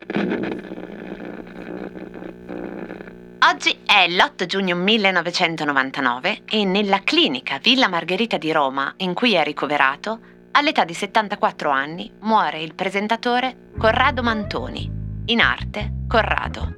Oggi è l'8 giugno 1999 e nella clinica Villa Margherita di Roma, in cui è ricoverato, all'età di 74 anni muore il presentatore Corrado Mantoni, in arte Corrado.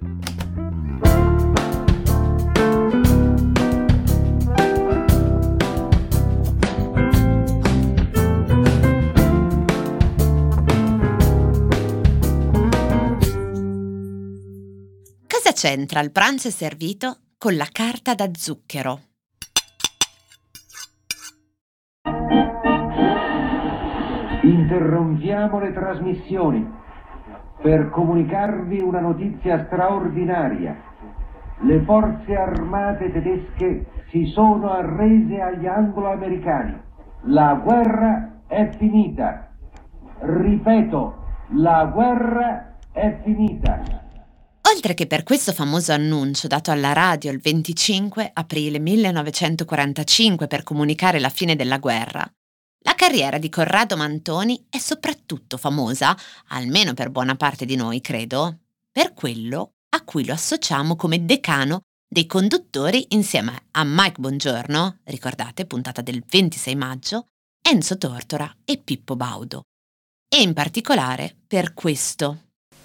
Cosa c'entra il pranzo è servito con la carta da zucchero? Interrompiamo le trasmissioni per comunicarvi una notizia straordinaria. Le forze armate tedesche si sono arrese agli anglo-americani. La guerra è finita. Ripeto, la guerra è finita. Oltre che per questo famoso annuncio dato alla radio il 25 aprile 1945 per comunicare la fine della guerra, la carriera di Corrado Mantoni è soprattutto famosa, almeno per buona parte di noi credo, per quello a cui lo associamo come decano dei conduttori insieme a Mike Bongiorno, ricordate, puntata del 26 maggio, Enzo Tortora e Pippo Baudo. E in particolare per questo.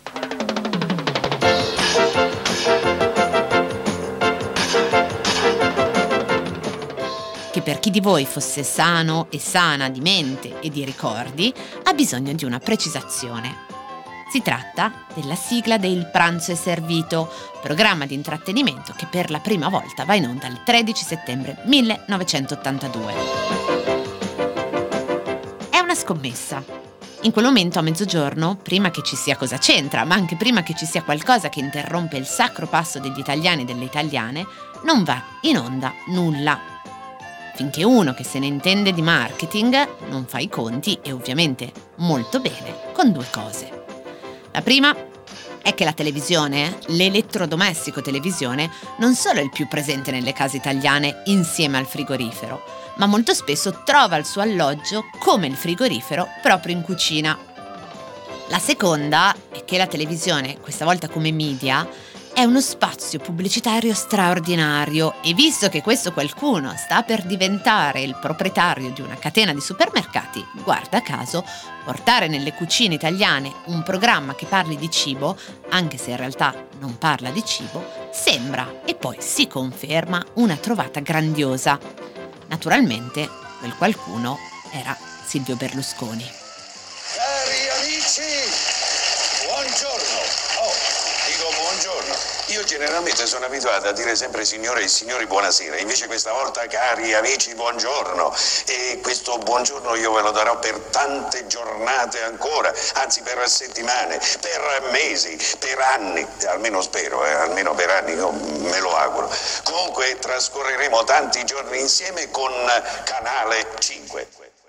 Che per chi di voi fosse sano e sana di mente e di ricordi ha bisogno di una precisazione. Si tratta della sigla de Il pranzo è servito, programma di intrattenimento che per la prima volta va in onda il 13 settembre 1982. È una scommessa. In quel momento a mezzogiorno, prima che ci sia Cosa c'entra, ma anche prima che ci sia qualcosa che interrompe il sacro passo degli italiani e delle italiane, non va in onda nulla. Finché uno che se ne intende di marketing non fa i conti e ovviamente molto bene con due cose. La prima è che la televisione, l'elettrodomestico televisione, non solo è il più presente nelle case italiane insieme al frigorifero, ma molto spesso trova il suo alloggio come il frigorifero proprio in cucina. La seconda è che la televisione, questa volta come media, è uno spazio pubblicitario straordinario e visto che questo qualcuno sta per diventare il proprietario di una catena di supermercati, guarda caso, portare nelle cucine italiane un programma che parli di cibo, anche se in realtà non parla di cibo, sembra e poi si conferma una trovata grandiosa. Naturalmente, quel qualcuno era Silvio Berlusconi. Cari amici, buongiorno. Buongiorno. Io generalmente sono abituato a dire sempre signore e signori buonasera, invece questa volta cari amici buongiorno, e questo buongiorno io ve lo darò per tante giornate ancora, anzi per settimane, per mesi, per anni, almeno spero, almeno per anni, io me lo auguro. Comunque trascorreremo tanti giorni insieme con Canale 5.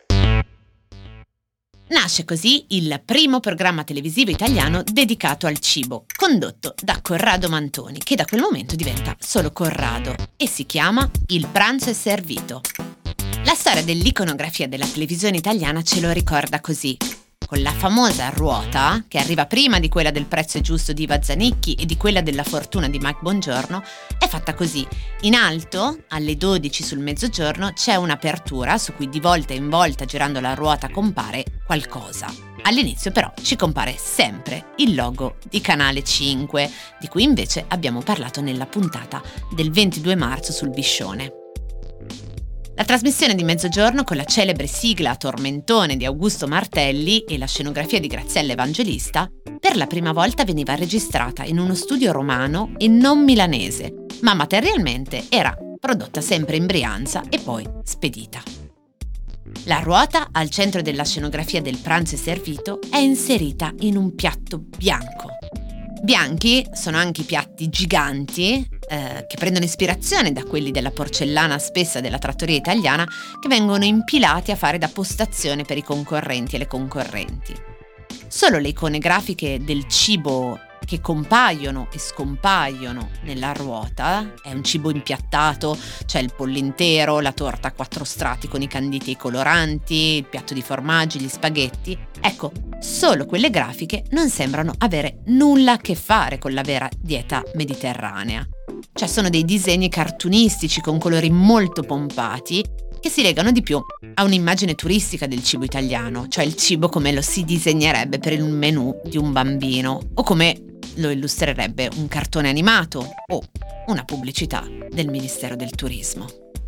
Nasce così il primo programma televisivo italiano dedicato al cibo, condotto da Corrado Mantoni, che da quel momento diventa solo Corrado, e si chiama Il pranzo è servito. La storia dell'iconografia della televisione italiana ce lo ricorda così. Con la famosa ruota, che arriva prima di quella del Prezzo è giusto di Iva Zanicchi e di quella della fortuna di Mike Bongiorno, è fatta così. In alto, alle 12 sul mezzogiorno, c'è un'apertura su cui di volta in volta, girando la ruota, compare qualcosa. All'inizio però ci compare sempre il logo di Canale 5, di cui invece abbiamo parlato nella puntata del 22 marzo sul Biscione. La trasmissione di mezzogiorno con la celebre sigla a tormentone di Augusto Martelli e la scenografia di Graziella Evangelista per la prima volta veniva registrata in uno studio romano e non milanese, ma materialmente era prodotta sempre in Brianza e poi spedita. La ruota, al centro della scenografia del pranzo è servito, è inserita in un piatto bianco. Bianchi sono anche i piatti giganti che prendono ispirazione da quelli della porcellana spessa della trattoria italiana, che vengono impilati a fare da postazione per i concorrenti e le concorrenti. Solo le icone grafiche del cibo che compaiono e scompaiono nella ruota. È un cibo impiattato, c'è il pollo intero, la torta a 4 strati con i canditi e i coloranti, il piatto di formaggi, gli spaghetti. Ecco, solo quelle grafiche non sembrano avere nulla a che fare con la vera dieta mediterranea. Cioè sono dei disegni cartunistici con colori molto pompati che si legano di più a un'immagine turistica del cibo italiano, cioè il cibo come lo si disegnerebbe per il menù di un bambino o come lo illustrerebbe un cartone animato o una pubblicità del Ministero del Turismo.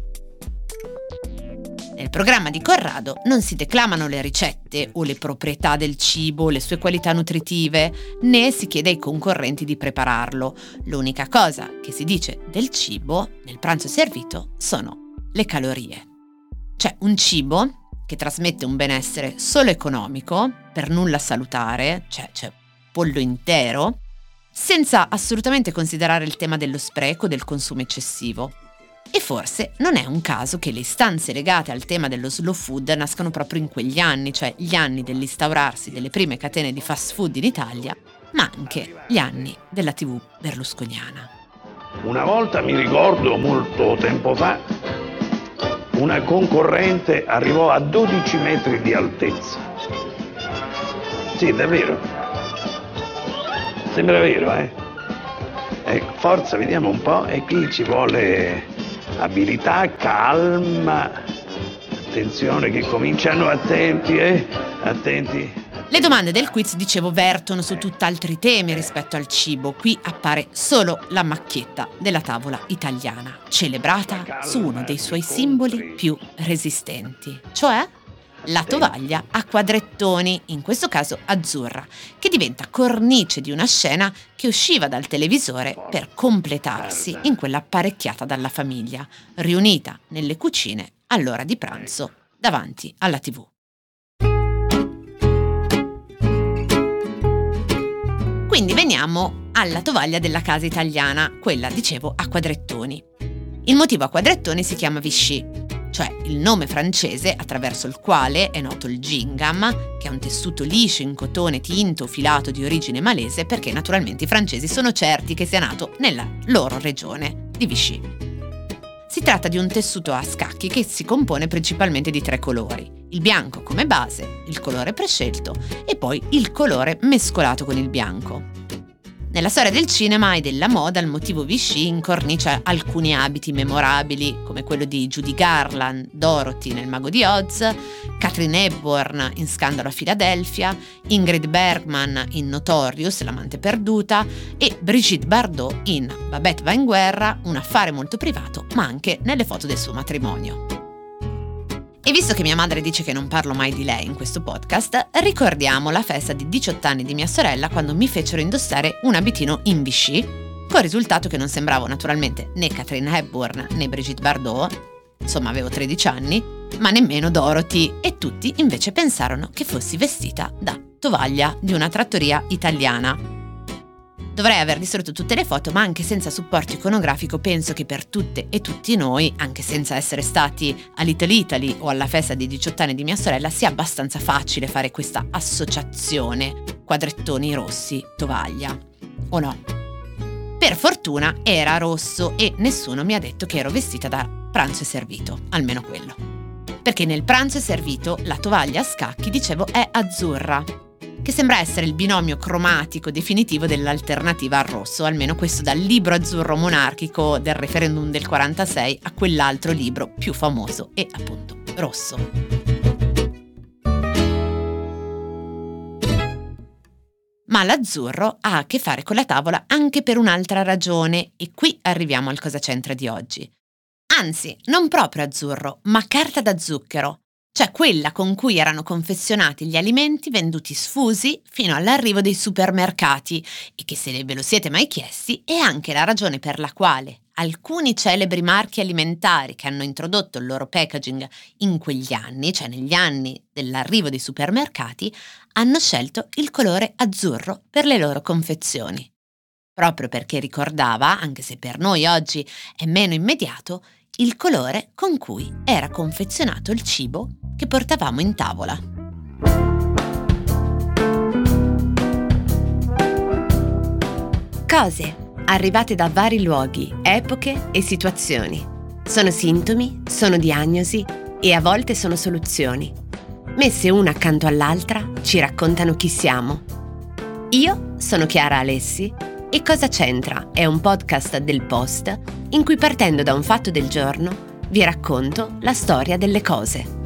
Nel programma di Corrado non si declamano le ricette o le proprietà del cibo, le sue qualità nutritive, né si chiede ai concorrenti di prepararlo. L'unica cosa che si dice del cibo nel pranzo servito sono le calorie. C'è un cibo che trasmette un benessere solo economico, per nulla salutare, c'è pollo intero, senza assolutamente considerare il tema dello spreco, del consumo eccessivo. E forse non è un caso che le istanze legate al tema dello slow food nascano proprio in quegli anni, cioè gli anni dell'instaurarsi delle prime catene di fast food in Italia, ma anche gli anni della TV berlusconiana. Una volta, mi ricordo, molto tempo fa, una concorrente arrivò a 12 metri di altezza. Sì, davvero. Sembra vero, Ecco, forza, vediamo un po', e qui ci vuole abilità, calma, attenzione che cominciano, attenti. Le domande del quiz, dicevo, vertono su tutt'altri temi rispetto al cibo. Qui appare solo la macchietta della tavola italiana, celebrata su uno dei suoi simboli più resistenti, cioè la tovaglia a quadrettoni, in questo caso azzurra, che diventa cornice di una scena che usciva dal televisore per completarsi in quella apparecchiata dalla famiglia, riunita nelle cucine all'ora di pranzo davanti alla TV. Quindi veniamo alla tovaglia della casa italiana, quella, dicevo, a quadrettoni. Il motivo a quadrettoni si chiama Vichy, cioè il nome francese attraverso il quale è noto il gingham, che è un tessuto liscio in cotone tinto o filato di origine malese, perché naturalmente i francesi sono certi che sia nato nella loro regione di Vichy. Si tratta di un tessuto a scacchi che si compone principalmente di 3 colori: il bianco come base, il colore prescelto e poi il colore mescolato con il bianco. Nella storia del cinema e della moda il motivo Vichy incornicia alcuni abiti memorabili, come quello di Judy Garland, Dorothy nel Mago di Oz, Katharine Hepburn in Scandalo a Filadelfia, Ingrid Bergman in Notorious, l'amante perduta, e Brigitte Bardot in Babette va in guerra, un affare molto privato, ma anche nelle foto del suo matrimonio. E visto che mia madre dice che non parlo mai di lei in questo podcast, ricordiamo la festa di 18 anni di mia sorella quando mi fecero indossare un abitino in Vichy, col risultato che non sembravo naturalmente né Katharine Hepburn né Brigitte Bardot, insomma avevo 13 anni, ma nemmeno Dorothy, e tutti invece pensarono che fossi vestita da tovaglia di una trattoria italiana. Dovrei aver distrutto tutte le foto, ma anche senza supporto iconografico penso che per tutte e tutti noi, anche senza essere stati a Little Italy o alla festa dei 18 anni di mia sorella, sia abbastanza facile fare questa associazione quadrettoni rossi tovaglia, o no? Per fortuna era rosso e nessuno mi ha detto che ero vestita da pranzo e servito, almeno quello. Perché nel pranzo e servito la tovaglia a scacchi, dicevo, è azzurra, che sembra essere il binomio cromatico definitivo dell'alternativa al rosso, almeno questo dal libro azzurro monarchico del referendum del 46 a quell'altro libro più famoso e appunto rosso. Ma l'azzurro ha a che fare con la tavola anche per un'altra ragione, e qui arriviamo al cosa c'entra di oggi. Anzi, non proprio azzurro, ma carta da zucchero, cioè quella con cui erano confezionati gli alimenti venduti sfusi fino all'arrivo dei supermercati, e che, se ve lo siete mai chiesti, è anche la ragione per la quale alcuni celebri marchi alimentari che hanno introdotto il loro packaging in quegli anni, cioè negli anni dell'arrivo dei supermercati, hanno scelto il colore azzurro per le loro confezioni. Proprio perché ricordava, anche se per noi oggi è meno immediato, il colore con cui era confezionato il cibo che portavamo in tavola. cose, arrivate da vari luoghi, epoche e situazioni. Sono sintomi, sono diagnosi e a volte sono soluzioni. Messe una accanto all'altra ci raccontano chi siamo. Io sono Chiara Alessi e Cosa c'entra è un podcast del Post in cui, partendo da un fatto del giorno, vi racconto la storia delle cose.